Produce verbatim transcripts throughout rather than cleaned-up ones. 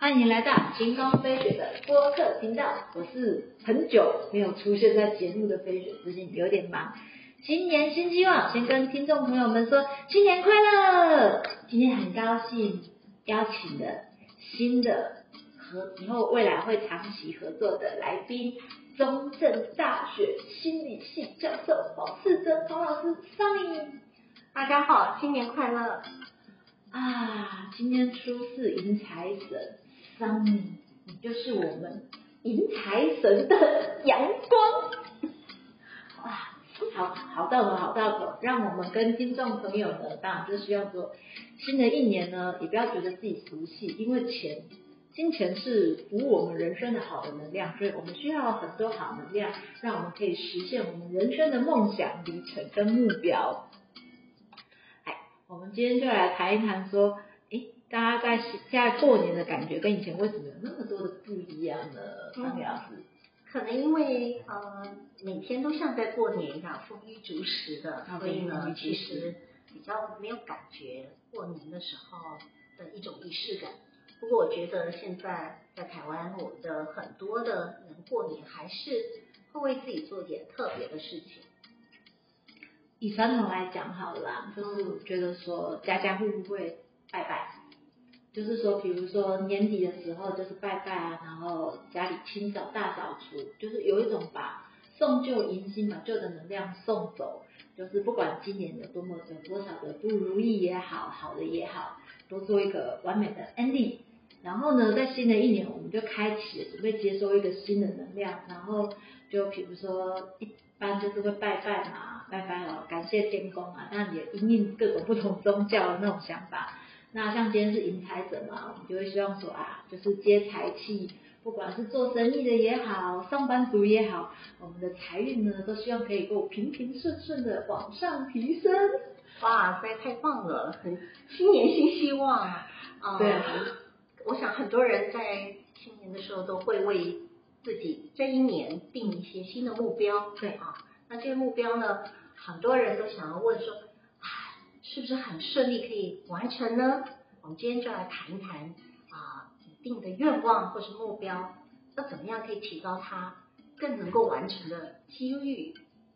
欢迎来到晴空飞雪的播客频道，我是很久没有出现在节目的飞雪，最近有点忙。新年新希望，先跟听众朋友们说新年快乐！今天很高兴邀请了新的和以后未来会长期合作的来宾，中正大学心理系教授黄世珍黄老师 Sunny。 大家好，新年快乐！ 啊，今天出世迎财神 Sunny， 你就是我们迎财神的阳光。哇，好好到头，好到头，让我们跟听众朋友呢，当然就希望说，新的一年呢，也不要觉得自己俗气，因为钱。金钱是服务我们人生的好的能量，所以我们需要很多好能量，让我们可以实现我们人生的梦想、里程跟目标。哎，我们今天就来谈一谈说，哎，大家在现在过年的感觉跟以前为什么有那么多的不一样呢？张老师， 可能因为呃每天都像在过年一样，丰衣足食的， 啊、 所以呢，其实比较没有感觉过年的时候的一种仪式感。不过我觉得现在在台湾，我们的很多的人过年还是会为自己做点特别的事情。 以传统来讲好了啦，就是觉得说家家户户会拜拜，就是说比如说年底的时候就是拜拜啊，然后家里清扫大扫除，就是有一种把送旧迎新，把旧的能量送走，就是不管今年有多么有多少的不如意也好，好的也好，都做一个完美的 ending。然后呢，在新的一年，我们就开启了准备接收一个新的能量，然后就比如说一般就是会拜拜嘛，拜拜哦，感谢天公啊，当然也因应各种不同宗教的那种想法。那像今天是迎财神嘛，我们就会希望说啊，就是接财气，不管是做生意的也好，上班族也好，我们的财运呢，都希望可以够平平顺顺的往上提升。 哇，实在太棒了，很新年新希望啊！ 嗯、对。 我想很多人在新年的时候都会为自己这一年定一些新的目标， 对啊，那这些目标呢，很多人都想要问说，啊，是不是很顺利可以完成呢？我们今天就来谈一谈啊，你定的愿望或是目标，要怎么样可以提高它更能够完成的几率，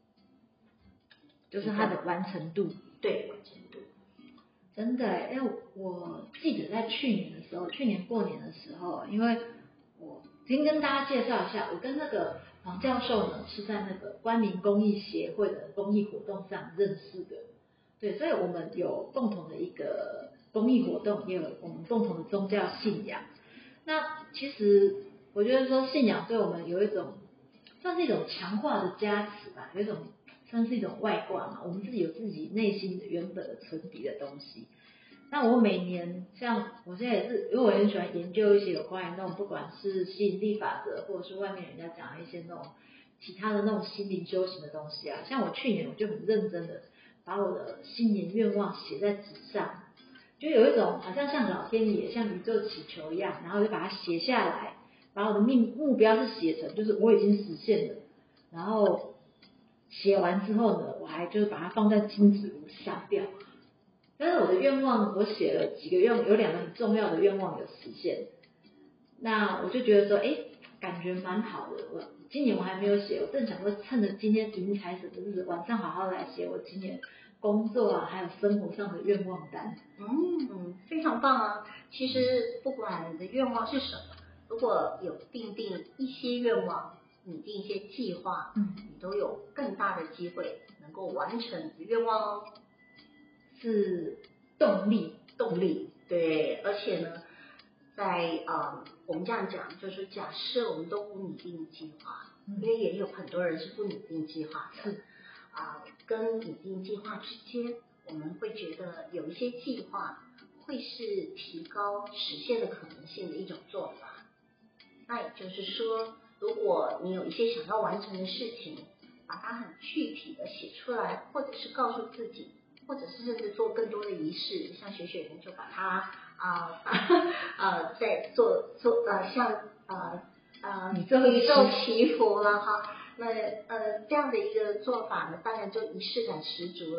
就是它的完成度， 对，完成度。 真的，因为我记得在去年的时候，去年过年的时候，因为我先跟大家介绍一下，我跟那个黄教授呢是在那个关民公益协会的公益活动上认识的，对，所以我们有共同的一个公益活动，也有我们共同的宗教信仰。那其实我觉得说信仰对我们有一种算是一种强化的加持吧，有一种。算是一种外挂嘛，我们自己有自己内心的原本的存底的东西。那我每年像我现在也是，因为我很喜欢研究一些有关于那种不管是吸引力法则，或者是外面人家讲的一些那种其他的那种心灵修行的东西啊。像我去年我就很认真的把我的新年愿望写在纸上，就有一种好像向老天爷、向宇宙祈求一样，然后就把它写下来，把我的命目标是写成就是我已经实现了，然后。写完之后呢，我还就是把它放在金纸炉上吊。但是我的愿望，我写了几个愿望，有两个很重要的愿望有实现。那我就觉得说，哎，感觉蛮好的。我今年我还没有写，我正想说趁着今天迎财神的日子，晚上好好来写我今年工作啊，还有生活上的愿望单。 嗯，非常棒啊！其实不管你的愿望是什么，如果有定定一些愿望。拟定一些计划， 嗯， 你都有更大的机会能够完成你的愿望哦。 是动力， 动力，对，而且呢，在呃，我们这样讲，就是假设我们都不拟定计划，嗯、因为也有很多人是不拟定计划的， 是啊、呃，跟拟定计划之间，我们会觉得有一些计划会是提高实现的可能性的一种做法。那也就是说。如果你有一些想要完成的事情，把它很具体的写出来，或者是告诉自己，或者是甚至做更多的仪式，像学学人就把它啊呃在做做呃像呃呃宇宙宇宙祈福了哈，那呃这样的一个做法呢，当然就仪式感十足了。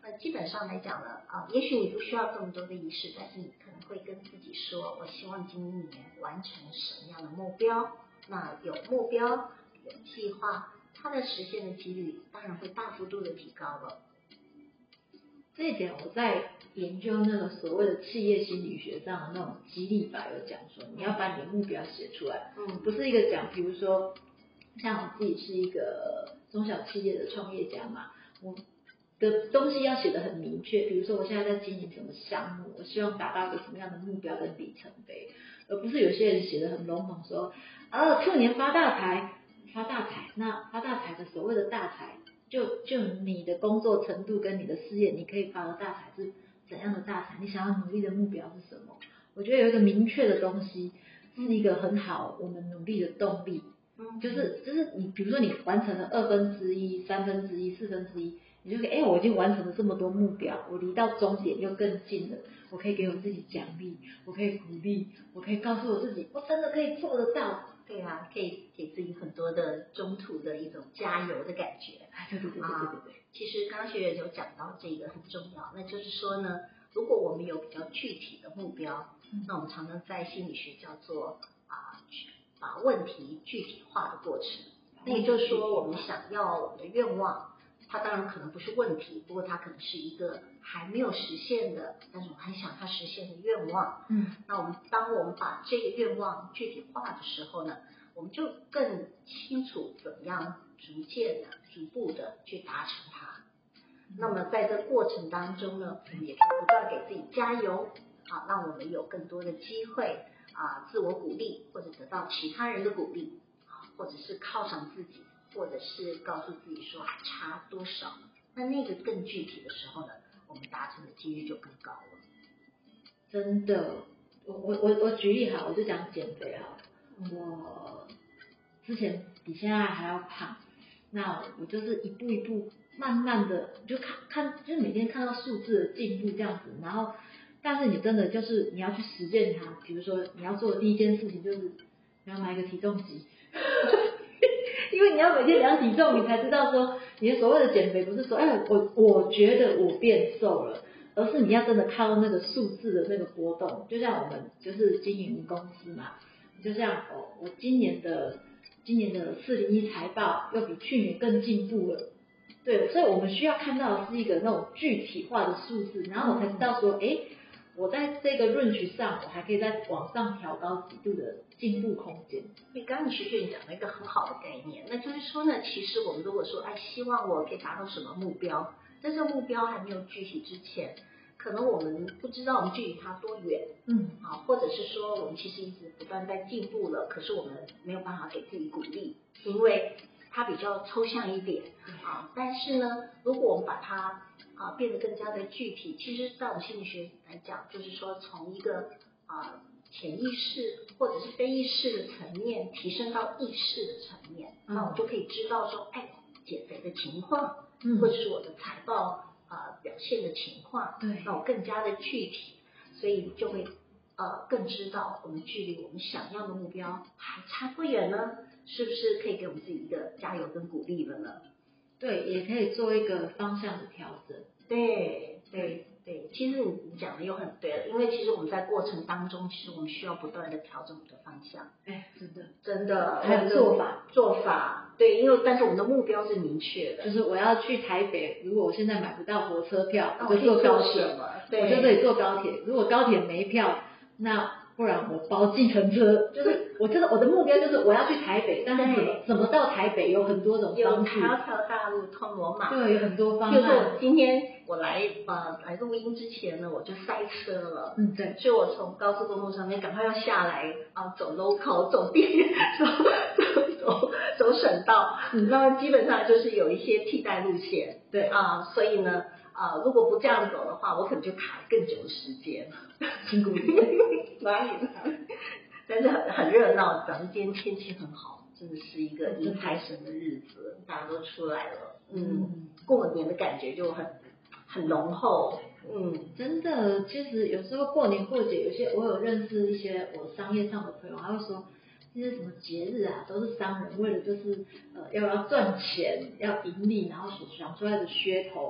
呃，基本上来讲呢，啊、呃，也许你不需要这么多的仪式，但是你可能会跟自己说，我希望今年完成什么样的目标。那有目标，有计划，它的实现的几率当然会大幅度的提高了。 这一点我在研究那个所谓的企业心理学上的那种激励法有讲说，你要把你的目标写出来， 嗯， 不是一个讲，比如说像我自己是一个中小企业的创业家嘛，我的东西要写得很明确，比如说我现在在经营什么项目，我希望达到一个什么样的目标跟里程碑，而不是有些人写得很笼统说，啊，兔年发大财，发大财，那发大财的所谓的大财。就就你的工作程度跟你的事业，你可以发的大财是怎样的大财？你想要努力的目标是什么？我觉得有一个明确的东西是一个很好我们努力的动力。嗯，就是就是你比如说你完成了二分之一、三分之一、四分之一，你就可以哎，我已经完成了这么多目标，我离到终点又更近了。我可以给我自己奖励，我可以鼓励，我可以告诉我自己，我真的可以做得到。 对啊，可以给自己很多的中途的一种加油的感觉。 哎，对对对对对对对。 其实刚刚学员有讲到这个很重要，那就是说呢，如果我们有比较具体的目标，嗯、那我们常常在心理学叫做啊、呃，把问题具体化的过程。那也就是说，我们想要我们的愿望，它当然可能不是问题，不过它可能是一个还没有实现的，但是我很想它实现的愿望。 嗯， 那我们当我们把这个愿望具体化的时候呢，我们就更清楚怎么样逐渐的、逐步的去达成它。那么在这过程当中呢，我们也可以不断给自己加油啊，让我们有更多的机会啊，自我鼓励，或者得到其他人的鼓励啊，或者是犒赏自己，或者是告诉自己说还差多少。那那个更具体的时候呢，我们达成的几率就更高了。 真的，我我我我举例好，我就讲减肥好了。我之前比现在还要胖，那我就是一步一步慢慢的就看看，就是每天看到数字的进步这样子，然后但是你真的就是你要去实践它，比如说你要做的第一件事情就是你要买一个体重机。因为你要每天量体重，你才知道说你的所谓的减肥不是说，哎，我我觉得我变瘦了，而是你要真的看到那个数字的那个波动。就像我们就是经营公司嘛，就像哦，我今年的今年的四零一财报又比去年更进步了，对，所以我们需要看到的是一个那种具体化的数字，然后我才知道说，哎，我在这个 range 上，我还可以再往上调高几度的进步空间。 所以刚刚徐学员讲了一个很好的概念，那就是说呢，其实我们如果说，哎，希望我可以达到什么目标，但这个目标还没有具体之前，可能我们不知道我们距离它多远， 嗯， 啊，或者是说我们其实一直不断在进步了，可是我们没有办法给自己鼓励，因为它比较抽象一点啊。但是呢，如果我们把它啊变得更加的具体，其实在我们心理学来讲，就是说从一个啊潜意识或者是非意识的层面提升到意识的层面，嗯、那我就可以知道说，哎，减肥的情况，嗯、或者是我的财报啊、呃、表现的情况， 对， 那我更加的具体，所以就会呃更知道我们距离我们想要的目标还差多远呢？是不是可以给我们自己一个加油跟鼓励了呢？ 对，也可以做一个方向的调整。 对对对，其实你讲的又很对了，因为其实我们在过程当中，其实我们需要不断的调整我们的方向。 哎，真的真的， 还有做法做法，对，因为但是我们的目标是明确的， 就是我要去台北，如果我现在买不到火车票， 那我就坐高铁， 对， 我就可以坐高铁。如果高铁没票，那不然我包计程车，就是我这个我的目标就是我要去台北，但是怎么怎么到台北有很多种方式， 有条条大路通罗马， 对，有很多方案。 就是我今天我来呃来录音之前呢，我就塞车了， 嗯对， 所以我从高速公路上面赶快要下来啊，走 local 走地走走走走省道，嗯，那么基本上就是有一些替代路线， 对啊，所以呢啊，如果不这样走的话，我可能就卡更久的时间， 辛苦你。 哪里哪里，但是很很热闹，咱们今天天气很好，真的是一个迎财神的日子，大家都出来了，嗯，过年的感觉就很很浓厚，嗯， 真的，其实有时候过年过节，有些我有认识一些我商业上的朋友，他会说这些什么节日啊，都是商人为了就是呃要要赚钱，要盈利，然后所想出来的噱头。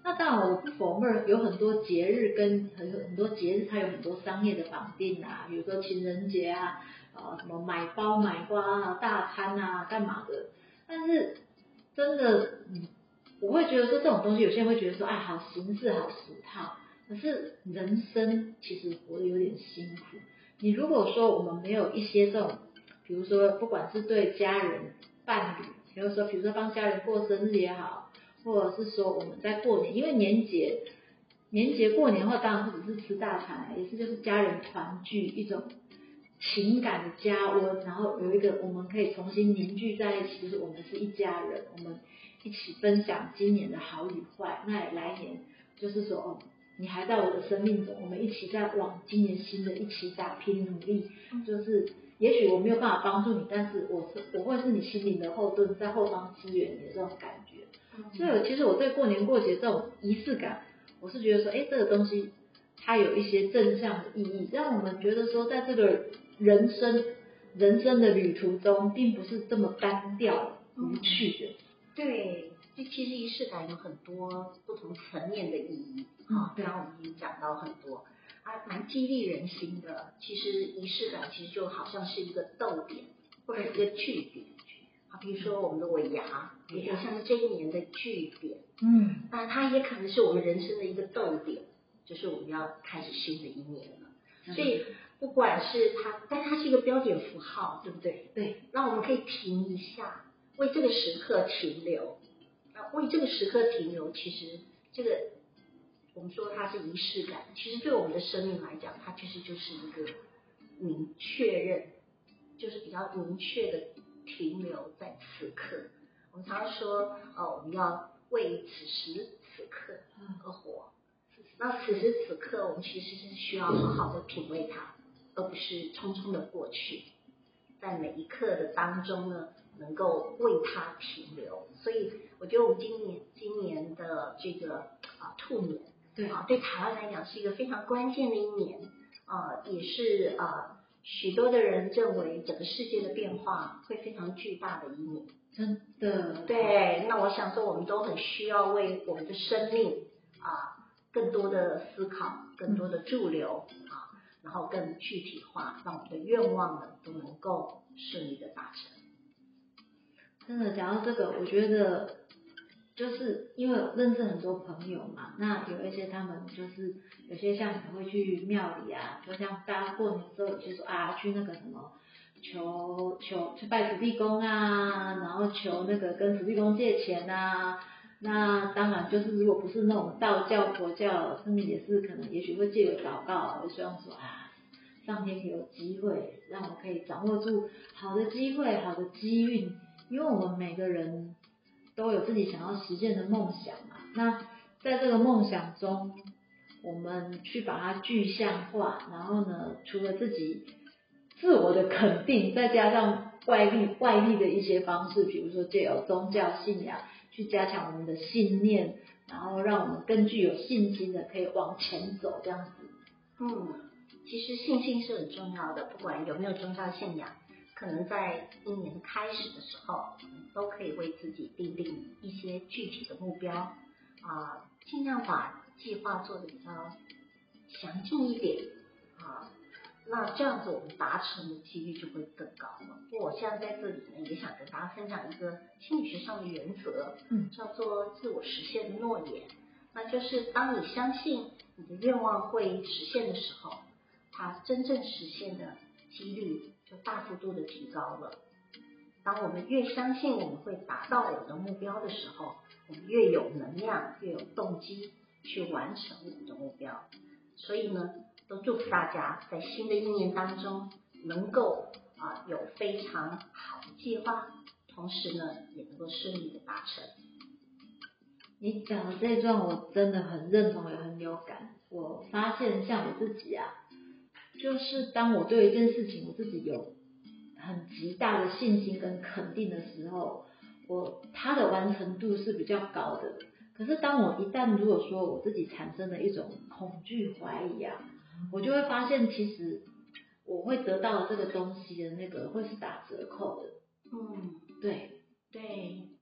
那当然我不否认有很多节日跟很很多节日它有很多商业的绑定啊，比如说情人节啊，呃什么买包买花啊、大餐啊干嘛的，但是真的嗯，我会觉得说这种东西有些人会觉得说哎好形式好俗套，可是人生其实活得有点辛苦。你如果说我们没有一些这种，比如说不管是对家人、伴侣，比如说比如说帮家人过生日也好，或者是说我们在过年，因为年节年节过年的话，当然不只是吃大餐，也是就是家人团聚一种情感的加温，然后有一个我们可以重新凝聚在一起，就是我们是一家人，我们一起分享今年的好与坏，那来年就是说哦。你还在我的生命中，我们一起在往今年新的一起打拼努力，就是也许我没有办法帮助你，但是我是我会是你心灵的后盾，在后方支援你的这种感觉。所以其实我对过年过节这种仪式感，我是觉得说，哎，这个东西它有一些正向的意义，让我们觉得说，在这个人生人生的旅途中，并不是这么单调无趣的。 对。这其实仪式感有很多不同层面的意义啊，刚刚我们已经讲到很多，啊，蛮激励人心的。其实仪式感其实就好像是一个逗点或者一个句点，啊，比如说我们的尾牙，有点像这一年的句点，嗯，那它也可能是我们人生的一个逗点，就是我们要开始新的一年了。所以不管是它，但它是一个标点符号，对不对？ 对， 让我们可以停一下，为这个时刻停留。为这个时刻停留，其实这个我们说它是仪式感，其实对我们的生命来讲，它其实就是一个明确认，就是比较明确的停留在此刻。我们常常说，呃，我们要为此时此刻而活。那此时此刻，我们其实是需要好好的品味它，而不是匆匆的过去。在每一刻的当中呢，能够为它停留。所以我觉得我们今年今年的这个啊兔年， 对啊对台湾来讲是一个非常关键的一年，啊也是啊许多的人认为整个世界的变化会非常巨大的一年。 真的。 对，那我想说我们都很需要为我们的生命啊更多的思考，更多的驻留啊。然后更具体化，让我们的愿望呢都能够顺利的达成。 真的讲到这个，我觉得就是因为认识很多朋友嘛，那有一些他们就是有些像你们会去庙里啊，就像大家过年的时候有些说啊去那个什么求求去拜土地公啊，然后求那个跟土地公借钱啊。那当然就是如果不是那种道教佛教，他们也是可能也许会借由祷告，会希望说啊上天给我机会，让我可以掌握住好的机会好的机运，因为我们每个人都有自己想要实现的梦想嘛。那在这个梦想中，我们去把它具象化，然后呢除了自己自我的肯定，再加上外力外力的一些方式，比如说借由宗教信仰去加强我们的信念，然后让我们更具有信心的可以往前走这样子。 嗯，其实信心是很重要的，不管有没有宗教信仰，可能在一年开始的时候，都可以为自己定定一些具体的目标啊，尽量把计划做得比较详尽一点啊。那这样子我们达成的几率就会更高了。不过我现在在这里呢，也想跟大家分享一个心理学上的原则，嗯，叫做自我实现的诺言。那就是当你相信你的愿望会实现的时候，它真正实现的几率就大幅度的提高了。当我们越相信我们会达到我们的目标的时候，我们越有能量，越有动机去完成我们的目标。所以呢，都祝福大家在新的一年当中能够啊有非常好的计划，同时呢也能够顺利的达成。 你讲的这一段我真的很认同，也很有感。我发现像我自己啊，就是当我对一件事情我自己有很极大的信心跟肯定的时候，我它的完成度是比较高的。可是当我一旦如果说我自己产生了一种恐惧怀疑啊，我就会发现其实我会得到这个东西的那个会是打折扣的。 嗯， 对对，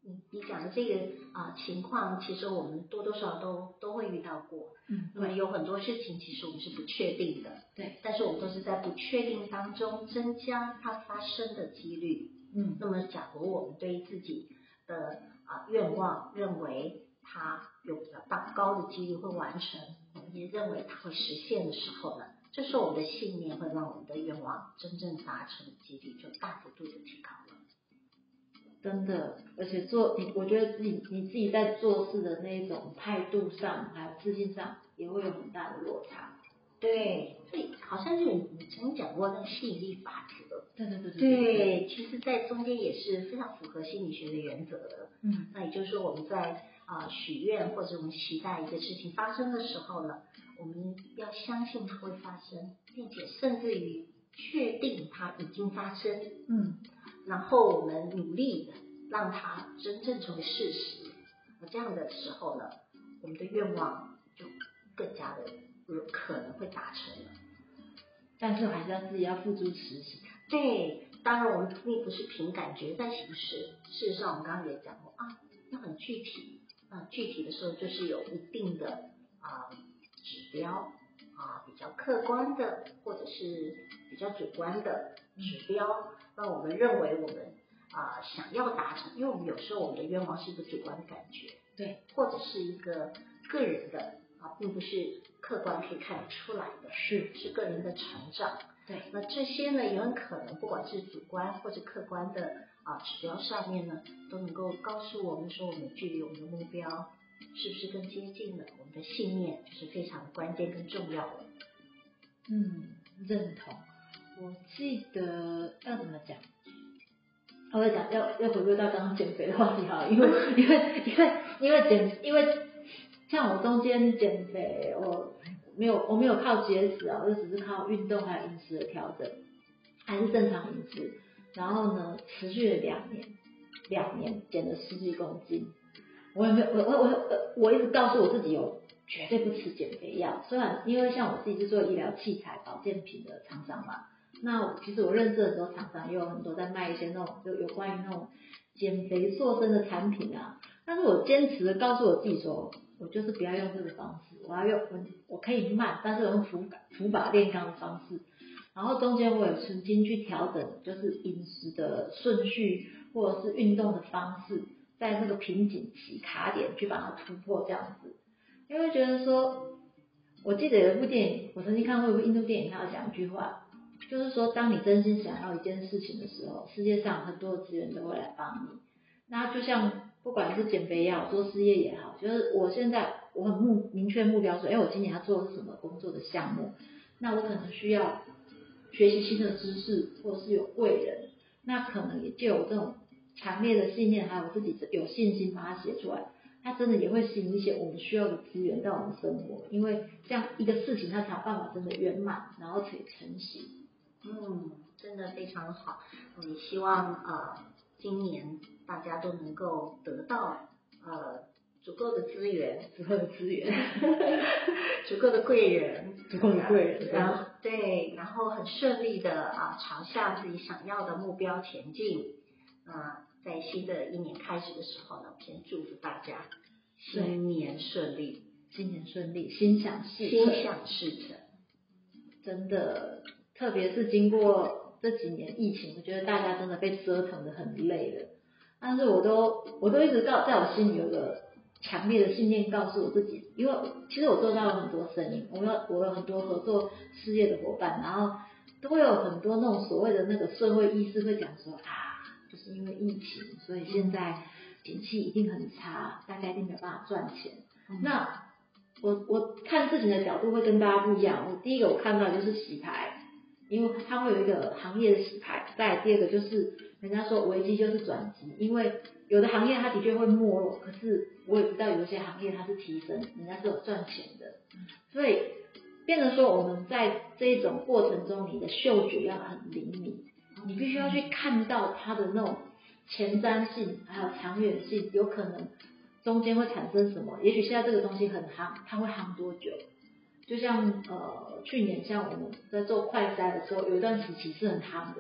你你讲的这个啊、呃、情况，其实我们多多少少都都会遇到过。 嗯， 那么有很多事情其实我们是不确定的， 对， 但是我们都是在不确定当中增加它发生的几率。 嗯， 那么假如我们对自己的啊、呃、愿望认为它有比较大高的几率会完成，我们也认为它会实现的时候呢，这时候我们的信念会让我们的愿望真正达成的几率就大幅度的提高了。 真的，而且做你，我觉得自己你自己在做事的那种态度上，还有自信上，也会有很大的落差。 对，所以好像是你曾经讲过那个吸引力法则。 对对对对对。对，其实，在中间也是非常符合心理学的原则的。 嗯， 那也就是说，我们在啊、呃、许愿或者我们期待一个事情发生的时候呢，我们要相信它会发生，并且甚至于确定它已经发生。 嗯。 然后我们努力的让它真正成为事实，那这样的时候呢，我们的愿望就更加的有可能会达成了。 但是还是要自己要付诸实行。 对，当然我们并不是凭感觉在行事，事实上我们刚刚也讲过啊，要很具体，啊具体的时候就是有一定的啊指标啊，比较客观的或者是比较主观的指标，让我们认为我们啊、呃、想要达成，因为我们有时候我们的愿望是一个主观的感觉， 对， 或者是一个个人的啊，并不是客观可以看得出来的， 是是个人的成长。 对， 那这些呢也很可能，不管是主观或者客观的啊指标上面呢，都能够告诉我们说，我们距离我们的目标是不是更接近了？我们的信念就是非常关键跟重要的。 嗯，认同。我记得要怎么讲？我要讲要要回归到刚刚减肥的话题哈，因为因为因为因为减因为像我中间减肥，我没有我没有靠节食啊，我就只是靠运动还有饮食的调整，还是正常饮食，然后呢持续了两年，两年减了十几公斤。我也没有我我我我一直告诉我自己有绝对不吃减肥药，虽然因为像我自己是做医疗器材保健品的厂商嘛，那其实我认识的时候厂商也有很多在卖一些那种就有关于那种减肥瘦身的产品啊，但是我坚持的告诉我自己说，我就是不要用这个方式，我要用我我可以慢，但是我用土土法炼钢的方式。然后中间我也曾经去调整，就是饮食的顺序或者是运动的方式，在那个瓶颈期卡点去把它突破这样子。因为觉得说，我记得有一部电影，我曾经看过一部印度电影，它有讲一句话，就是说当你真心想要一件事情的时候，世界上很多的资源都会来帮你。那就像不管是减肥也好，做事业也好，就是我现在我很目明确目标说，哎，我今年要做的是什么工作的项目，那我可能需要学习新的知识，或者是有贵人，那可能也就有这种强烈的信念，还有自己有信心把它写出来，它真的也会吸引一些我们需要的资源到我们生活，因为这样一个事情它才有办法真的圆满，然后可以成型。 嗯，真的非常好。我也希望呃今年大家都能够得到呃足够的资源， 足够的资源， 足够的贵人， 足够的贵人， 然后对，然后很顺利的啊朝向自己想要的目标前进。啊，在新的一年开始的时候呢，先祝福大家新年顺利， 新年顺利，心想事成， 心想事成。 真的，特别是经过这几年疫情，我觉得大家真的被折腾的很累了。但是我都我都一直告在我心里有个强烈的信念告诉我自己，因为其实我做到了很多生意，我有我有很多合作事业的伙伴，然后都会有很多那种所谓的那个社会意识会讲说啊，就是因为疫情，所以现在景气一定很差，大家一定没有办法赚钱。嗯、那我我看事情的角度会跟大家不一样。我第一个我看到就是洗牌，因为它会有一个行业的洗牌。再来第二个就是人家说危机就是转机，因为有的行业它的确会没落，可是我也知道有一些行业它是提升，人家是有赚钱的。所以变成说我们在这一种过程中，你的嗅觉要很灵敏，你必须要去看到它的那种前瞻性，还有长远性，有可能中间会产生什么？也许现在这个东西很夯，它会夯多久？就像呃去年像我们在做快筛的时候，有一段时期是很夯的，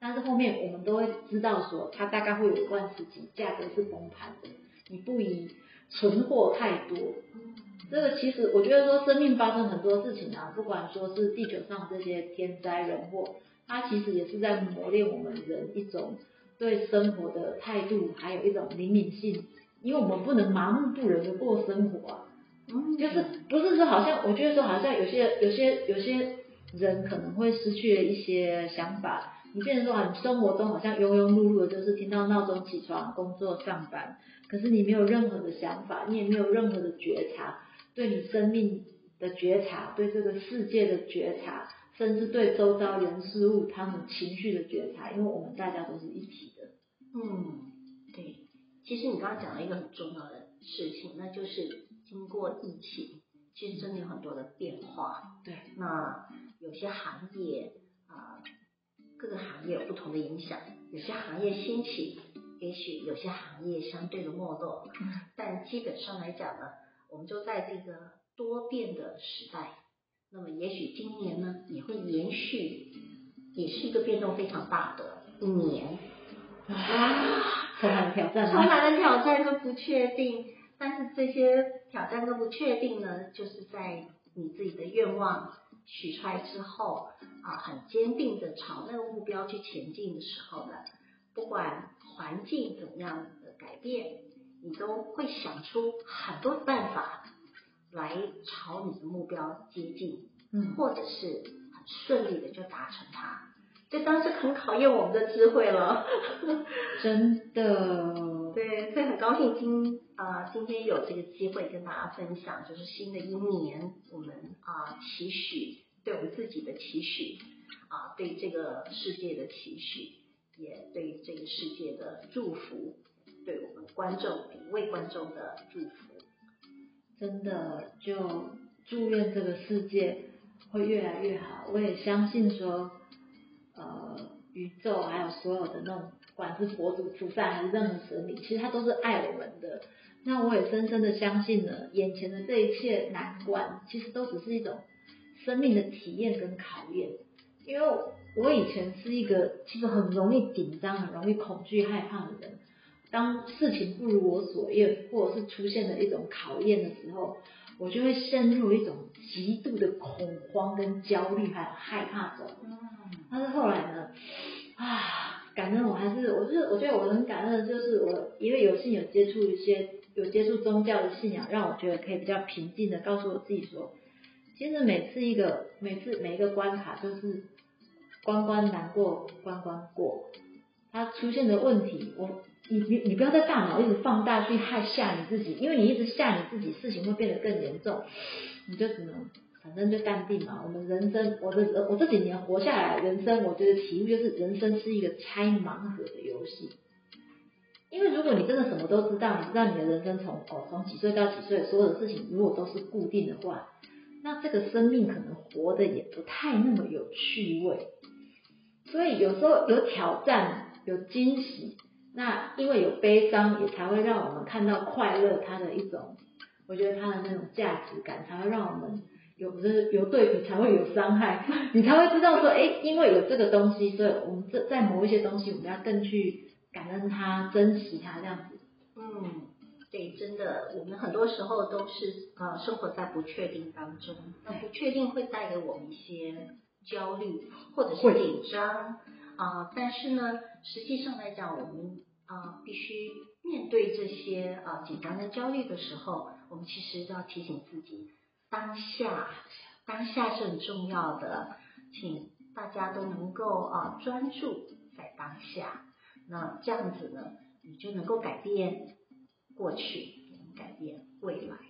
但是后面我们都会知道说，它大概会有一段时期价格是崩盘的，你不宜存货太多。这个其实我觉得说，生命发生很多事情啊，不管说是地球上这些天灾人祸，它其实也是在磨练我们人一种对生活的态度，还有一种灵敏性，因为我们不能麻木不仁的过生活啊。嗯，就是不是说好像，我觉得说好像有些有些有些人可能会失去了一些想法，你变成说你生活中好像庸庸碌碌的，就是听到闹钟起床、工作、上班，可是你没有任何的想法，你也没有任何的觉察，对你生命的觉察，对这个世界的觉察，甚至对周遭人事物他们情绪的觉察，因为我们大家都是一体的。 嗯，对。其实你刚刚讲了一个很重要的事情，那就是经过疫情，其实真的有很多的变化。 对。 那有些行业啊、呃，各个行业有不同的影响，有些行业兴起，也许有些行业相对的没落。嗯。但基本上来讲呢，我们就在这个多变的时代，那么也许今年呢也会延续，也是一个变动非常大的一年。 啊，充满了挑战， 充满了挑战跟不确定。但是这些挑战跟不确定呢，就是在你自己的愿望许出来之后啊，很坚定的朝那个目标去前进的时候呢，不管环境怎么样的改变，你都会想出很多办法来朝你的目标接近，嗯，或者是很顺利的就达成它。这当时很考验我们的智慧了， 真的。 对，所以很高兴今啊、呃、今天有这个机会跟大家分享，就是新的一年我们啊、呃、期许，对我们自己的期许啊、呃，对这个世界的期许，也对这个世界的祝福，对我们观众每位观众的祝福。 真的，就祝愿这个世界会越来越好。我也相信说。呃，宇宙还有所有的那种，不管是佛祖、菩萨还是任何神明，其实他都是爱我们的。那我也深深的相信呢，眼前的这一切难关，其实都只是一种生命的体验跟考验。因为我以前是一个其实很容易紧张、很容易恐惧、害怕的人。当事情不如我所愿，或者是出现了一种考验的时候，我就会陷入一种极度的恐慌、跟焦虑还有害怕中。但是后来呢，啊，感恩我还是，我就是我觉得我很感恩的就是我，因为有幸有接触一些有接触宗教的信仰，让我觉得可以比较平静的告诉我自己说，其实每次一个每次每一个关卡就是关关难过关关过，它出现的问题，我你你你不要在大脑一直放大去害吓你自己，因为你一直吓你自己，事情会变得更严重，你就只能。反正就淡定嘛，我们人生，我的我这几年活下来，人生我觉得体悟就是，人生是一个拆盲盒的游戏。因为如果你真的什么都知道，你知道你的人生从哦从几岁到几岁，所有的事情如果都是固定的话，那这个生命可能活得也不太那么有趣味。所以有时候有挑战，有惊喜，那因为有悲伤，也才会让我们看到快乐它的一种，我觉得它的那种价值感，才会让我们。有的有对比才会有伤害，你才会知道说，哎，因为有这个东西，所以我们这在某一些东西，我们要更去感恩它、珍惜它这样子。 嗯，对，真的，我们很多时候都是呃生活在不确定当中，那不确定会带给我们一些焦虑或者是紧张啊、呃，但是呢，实际上来讲，我们啊、呃、必须面对这些啊、呃、紧张跟焦虑的时候，我们其实都要提醒自己。当下，当下是很重要的，请大家都能够啊专注在当下。那这样子呢，你就能够改变过去，也能改变未来。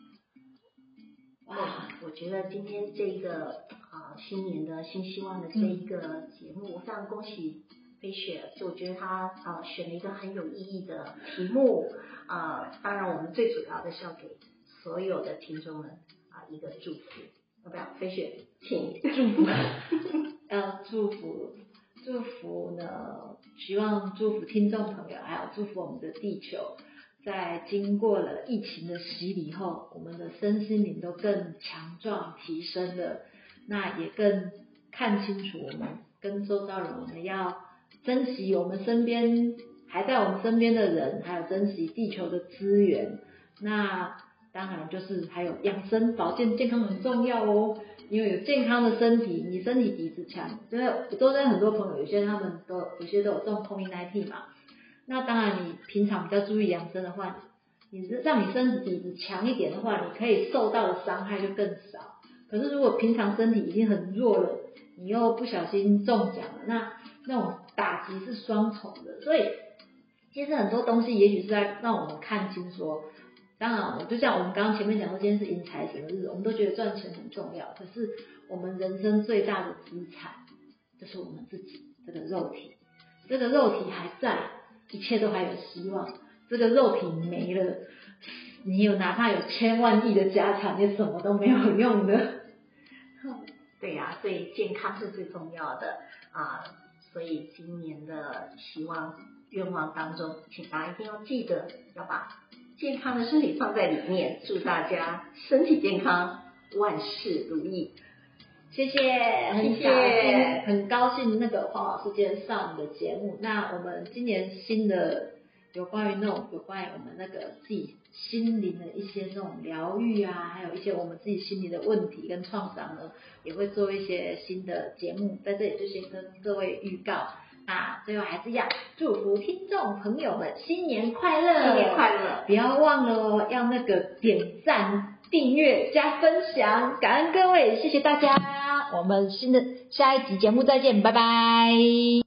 哇，我觉得今天这个啊新年的新希望的这一个节目，我非常恭喜飞雪，就我觉得他啊选了一个很有意义的题目啊。当然，我们最主要的是要给所有的听众们。啊，一个祝福，要不要？飞雪，请祝福。要祝福，祝福呢？希望祝福听众朋友，还有祝福我们的地球，在经过了疫情的洗礼后，我们的身心灵都更强壮提升了，那也更看清楚我们跟周遭人，我们要珍惜我们身边还在我们身边的人，还有珍惜地球的资源。那当然就是还有养生保健健康很重要哦，因为有健康的身体，你身体底子强。真的，我周边很多朋友，有些他们都有些都有中 COVID 十九 嘛。那当然，你平常比较注意养生的话，你让你身体底子强一点的话，你可以受到的伤害就更少。可是如果平常身体已经很弱了，你又不小心中奖了，那那种打击是双重的。所以其实很多东西也许是在让我们看清说，当然我就像我们刚刚前面讲说，今天是迎财神的日子，我们都觉得赚钱很重要，可是我们人生最大的资产就是我们自己这个肉体，这个肉体还在，一切都还有希望。这个肉体没了，你有哪怕有千万亿的家产，也什么都没有用的。 对呀、啊，所以健康是最重要的啊。所以今年的希望愿望当中，请大家一定要记得要把健康的身体放在里面。祝大家身体健康，万事如意。 谢谢，很谢谢， 很高兴那个黄老师今天上你的节目。那我们今年新的有关于那种有关于我们那个自己心灵的一些那种疗愈啊，还有一些我们自己心理的问题跟创伤呢，也会做一些新的节目，在这里就先跟各位预告。那最后还是一样，祝福听众朋友们新年快乐， 新年快乐！ 不要忘了哦，要那个点赞、订阅、加分享，感恩各位，谢谢大家。我们新的下一集节目再见，拜拜。